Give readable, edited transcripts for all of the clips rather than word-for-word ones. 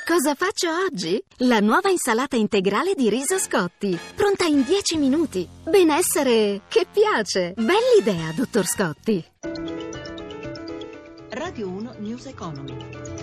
Cosa faccio oggi? La nuova insalata integrale di riso Scotti, pronta in 10 minuti. Benessere che piace. Bell'idea, dottor Scotti. Radio 1 News Economy.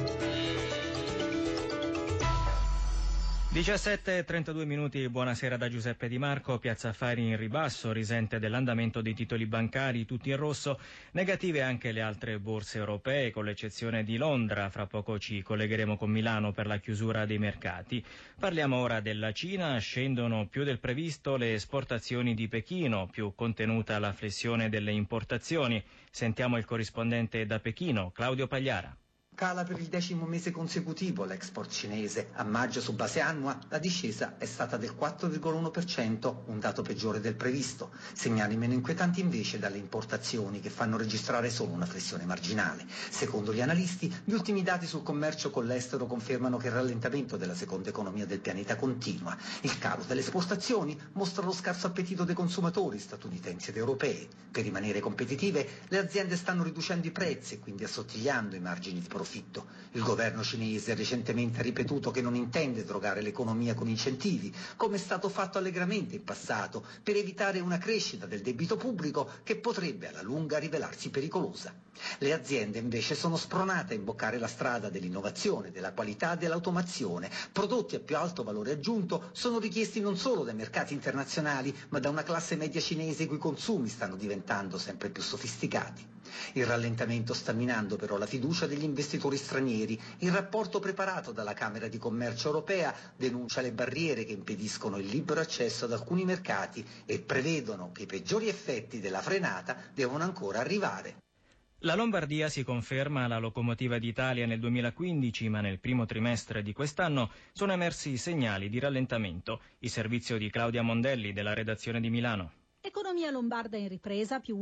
17:32 minuti, buonasera da Giuseppe Di Marco. Piazza Affari in ribasso, risente dell'andamento dei titoli bancari, tutti in rosso. Negative anche le altre borse europee, con l'eccezione di Londra. Fra poco ci collegheremo con Milano per la chiusura dei mercati. Parliamo ora della Cina. Scendono più del previsto le esportazioni di Pechino, più contenuta la flessione delle importazioni. Sentiamo il corrispondente da Pechino, Claudio Pagliara. Cala per il 10° mese consecutivo l'export cinese. A maggio, su base annua, la discesa è stata del 4,1%, un dato peggiore del previsto. Segnali meno inquietanti invece dalle importazioni, che fanno registrare solo una flessione marginale. Secondo gli analisti, gli ultimi dati sul commercio con l'estero confermano che il rallentamento della seconda economia del pianeta continua. Il calo delle esportazioni mostra lo scarso appetito dei consumatori statunitensi ed europei. Per rimanere competitive, le aziende stanno riducendo i prezzi e quindi assottigliando i margini di profitto. Il governo cinese recentemente ha ripetuto che non intende drogare l'economia con incentivi, come è stato fatto allegramente in passato, per evitare una crescita del debito pubblico che potrebbe alla lunga rivelarsi pericolosa. Le aziende invece sono spronate a imboccare la strada dell'innovazione, della qualità e dell'automazione. Prodotti a più alto valore aggiunto sono richiesti non solo dai mercati internazionali, ma da una classe media cinese i cui consumi stanno diventando sempre più sofisticati. Il rallentamento sta minando però la fiducia degli investitori stranieri. Il rapporto preparato dalla Camera di Commercio europea denuncia le barriere che impediscono il libero accesso ad alcuni mercati e prevedono che i peggiori effetti della frenata devono ancora arrivare. La Lombardia si conferma la locomotiva d'Italia nel 2015, ma nel primo trimestre di quest'anno sono emersi segnali di rallentamento. Il servizio di Claudia Mondelli della redazione di Milano. Economia lombarda in ripresa, più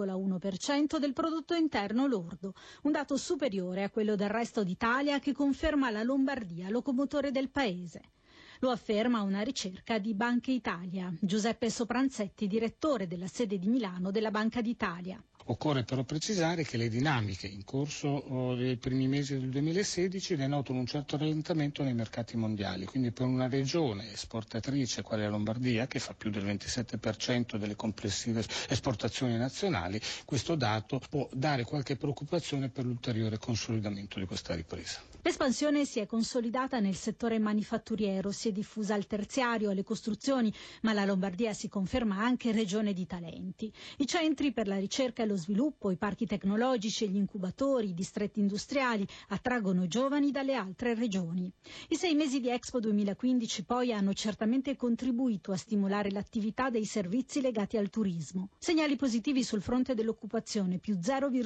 1,1% del prodotto interno lordo, un dato superiore a quello del resto d'Italia che conferma la Lombardia locomotore del paese. Lo afferma una ricerca di Banca Italia. Giuseppe Sopranzetti, direttore della sede di Milano della Banca d'Italia. Occorre però precisare che le dinamiche in corso dei primi mesi del 2016 denotano un certo rallentamento nei mercati mondiali, quindi per una regione esportatrice quale la Lombardia, che fa più del 27% delle complessive esportazioni nazionali, questo dato può dare qualche preoccupazione per l'ulteriore consolidamento di questa ripresa. L'espansione si è consolidata nel settore manifatturiero, si è diffusa al terziario, alle costruzioni, ma la Lombardia si conferma anche regione di talenti. I centri per la ricerca e lo sviluppo, i parchi tecnologici e gli incubatori, i distretti industriali attraggono giovani dalle altre regioni. I 6 mesi di Expo 2015 poi hanno certamente contribuito a stimolare l'attività dei servizi legati al turismo. Segnali positivi sul fronte dell'occupazione, più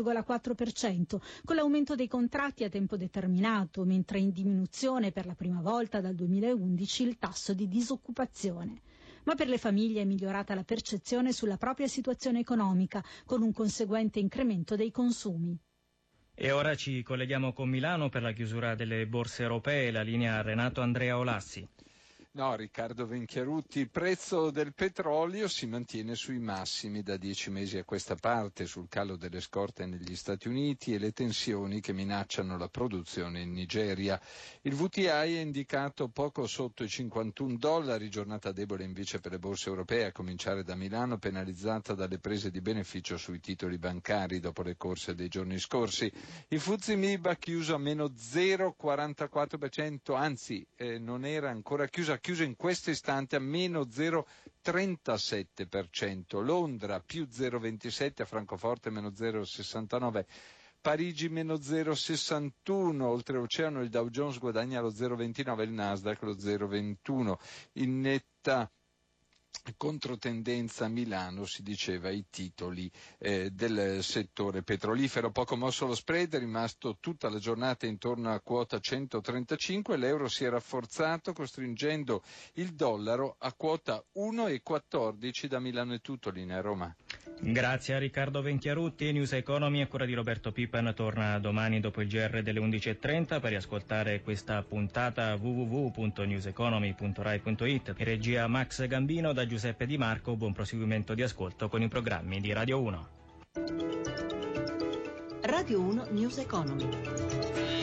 0,4%, con l'aumento dei contratti a tempo determinato, mentre in diminuzione per la prima volta dal 2011 il tasso di disoccupazione. Ma per le famiglie è migliorata la percezione sulla propria situazione economica, con un conseguente incremento dei consumi. E ora ci colleghiamo con Milano per la chiusura delle borse europee, la linea Renato Andrea Olassi. No, Riccardo Venchiarutti, il prezzo del petrolio si mantiene sui massimi da 10 mesi a questa parte, sul calo delle scorte negli Stati Uniti e le tensioni che minacciano la produzione in Nigeria. Il WTI è indicato poco sotto i $51, giornata debole invece per le borse europee, a cominciare da Milano, penalizzata dalle prese di beneficio sui titoli bancari dopo le corse dei giorni scorsi. Il FTSE MIB ha chiuso a meno 0,44%, anzi non era ancora chiuso in questo istante a meno 0,37%, Londra più 0,27%, a Francoforte meno 0,69%, Parigi meno 0,61%, oltreoceano il Dow Jones guadagna lo 0,29%, il Nasdaq lo 0,21%, in netta controtendenza a Milano si diceva i titoli del settore petrolifero. Poco mosso lo spread, è rimasto tutta la giornata intorno a quota 135, l'euro si è rafforzato costringendo il dollaro a quota 1,14. Da Milano è tutto, linea Roma. Grazie a Riccardo Venchiarutti. News Economy a cura di Roberto Pippan torna domani dopo il GR delle 11.30 per riascoltare questa puntata www.newseconomy.rai.it. In regia Max Gambino, da Giuseppe Di Marco, buon proseguimento di ascolto con i programmi di Radio 1. Radio 1 News Economy.